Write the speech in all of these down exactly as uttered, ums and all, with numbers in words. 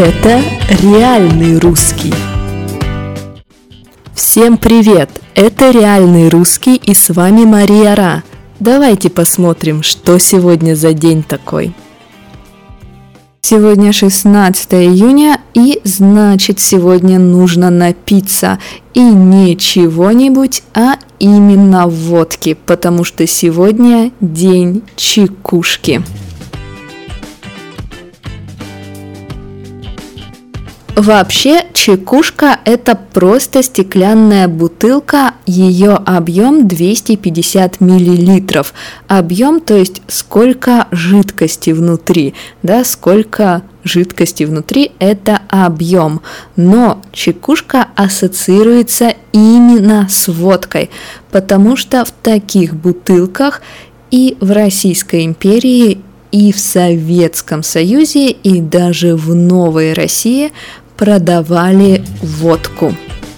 Это реальный русский. Всем привет! Это реальный русский, и с вами Мария Ра. Давайте посмотрим, что сегодня за день такой. Сегодня шестнадцатое июня, и значит сегодня нужно напиться. И не чего-нибудь, а именно водки, потому что сегодня день чекушки. Вообще, чекушка – это просто стеклянная бутылка, ее объем двести пятьдесят миллилитров. Объем, то есть сколько жидкости внутри, да, сколько жидкости внутри – это объем. Но чекушка ассоциируется именно с водкой, потому что в таких бутылках и в Российской империи, и в Советском Союзе, и даже в Новой России продавали водку.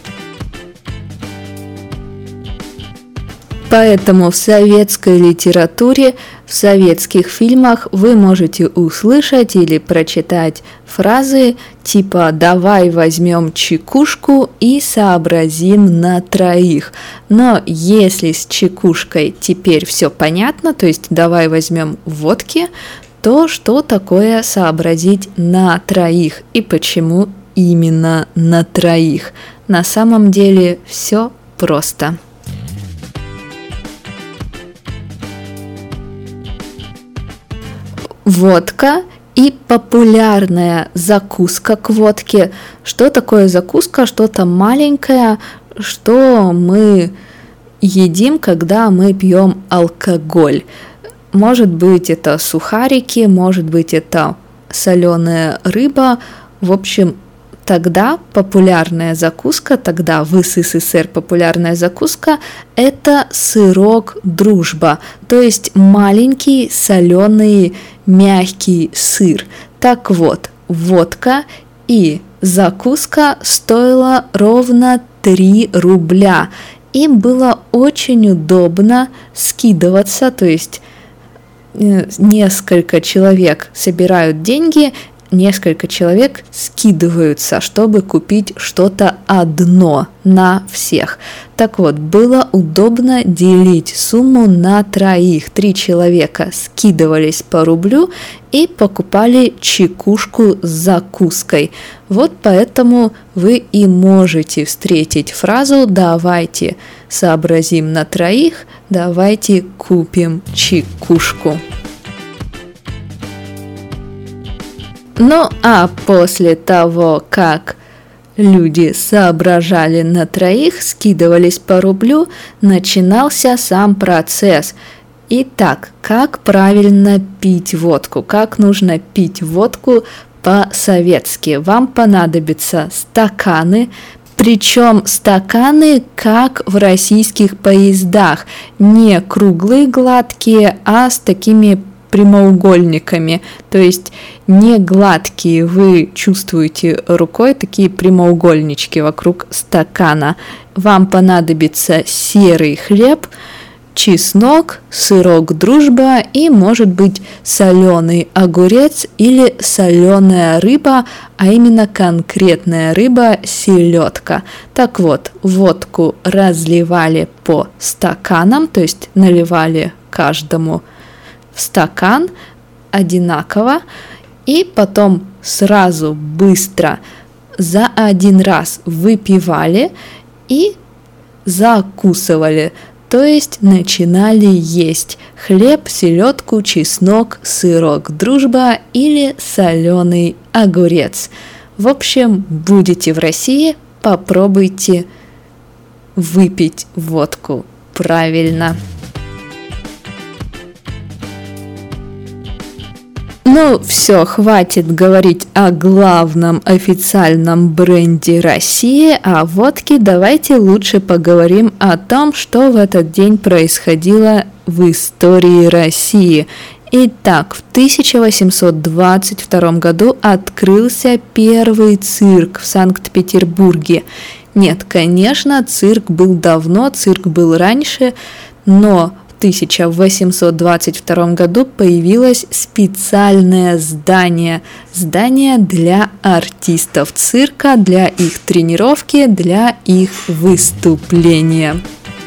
Поэтому в советской литературе, в советских фильмах вы можете услышать или прочитать фразы типа «давай возьмем чекушку и сообразим на троих». Но если с чекушкой теперь все понятно, то есть «давай возьмем водки», то что такое сообразить на троих и почему именно на троих? На самом деле все просто. Водка и популярная закуска к водке. Что такое закуска? Что-то маленькое, что мы едим, когда мы пьем алкоголь. Может быть, это сухарики, может быть, это соленая рыба. В общем, тогда популярная закуска, тогда в СССР популярная закуска – это сырок «Дружба», то есть маленький соленый мягкий сыр. Так вот, водка и закуска стоила ровно три рубля. Им было очень удобно скидываться, то есть несколько человек собирают деньги, несколько человек скидываются, чтобы купить что-то одно на всех. Так вот, было удобно делить сумму на троих. Три человека скидывались по рублю и покупали чекушку с закуской. Вот поэтому вы и можете встретить фразу «давайте сообразим на троих, давайте купим чекушку». Ну а после того, как люди соображали на троих, скидывались по рублю, начинался сам процесс. Итак, как правильно пить водку? Как нужно пить водку по-советски? Вам понадобятся стаканы, причем стаканы, как в российских поездах, не круглые гладкие, а с такими прямоугольниками, то есть не гладкие, вы чувствуете рукой такие прямоугольнички вокруг стакана. Вам понадобится серый хлеб, чеснок, сырок «Дружба» и, может быть, соленый огурец или соленая рыба, а именно конкретная рыба селедка. Так вот, водку разливали по стаканам, то есть наливали каждому в стакан одинаково, и потом сразу быстро за один раз выпивали и закусывали, то есть начинали есть хлеб, селедку, чеснок, сырок «Дружба» или соленый огурец. В общем, будете в России, попробуйте выпить водку правильно. Ну, все, хватит говорить о главном официальном бренде России, о водке. Давайте лучше поговорим о том, что в этот день происходило в истории России. Итак, в тысяча восемьсот двадцать втором году открылся первый цирк в Санкт-Петербурге. Нет, конечно, цирк был давно, цирк был раньше, но в тысяча восемьсот двадцать втором году появилось специальное здание, здание для артистов цирка, для их тренировки, для их выступления.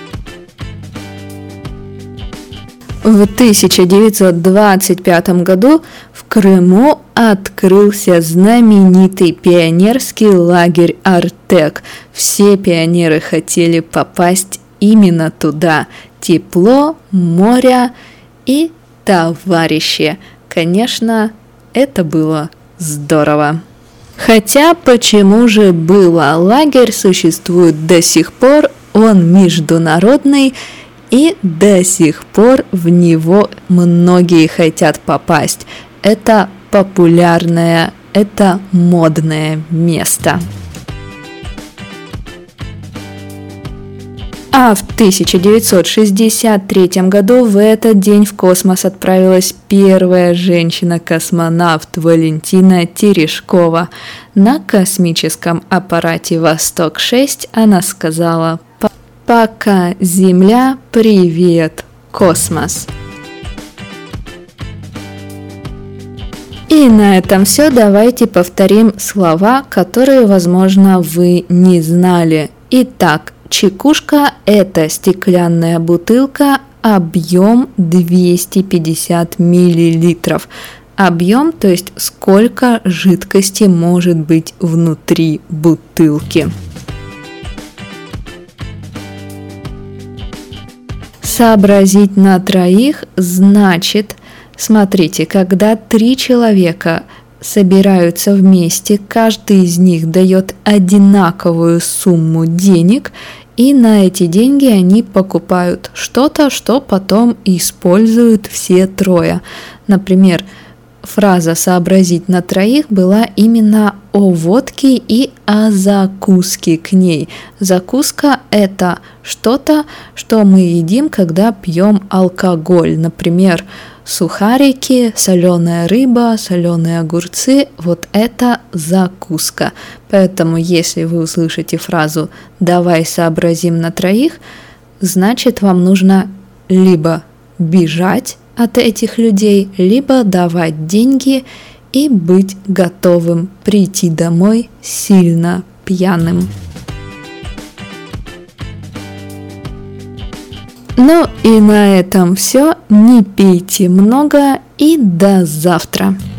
В тысяча девятьсот двадцать пятом году в Крыму открылся знаменитый пионерский лагерь «Артек». Все пионеры хотели попасть именно туда. Тепло, море и товарищи. Конечно, это было здорово. Хотя почему же было? Лагерь существует до сих пор, он международный, и до сих пор в него многие хотят попасть. Это популярное, это модное место. А в тысяча девятьсот шестьдесят третьем году в этот день в космос отправилась первая женщина-космонавт Валентина Терешкова. На космическом аппарате «Восток шесть» она сказала: «Пока Земля, привет, космос». И на этом все. Давайте повторим слова, которые, возможно, вы не знали. Итак, чекушка – это стеклянная бутылка, объем двести пятьдесят миллилитров. Объем, то есть сколько жидкости может быть внутри бутылки. Сообразить на троих значит, смотрите, когда три человека собираются вместе, каждый из них дает одинаковую сумму денег, и на эти деньги они покупают что-то, что потом используют все трое. Например, фраза «сообразить на троих» была именно о водке и о закуске к ней. Закуска – это что-то, что мы едим, когда пьем алкоголь. Например, сухарики, соленая рыба, соленые огурцы – вот это закуска. Поэтому, если вы услышите фразу «давай сообразим на троих», значит, вам нужно либо бежать от этих людей, либо давать деньги и быть готовым прийти домой сильно пьяным. Ну и на этом все. Не пейте много и до завтра.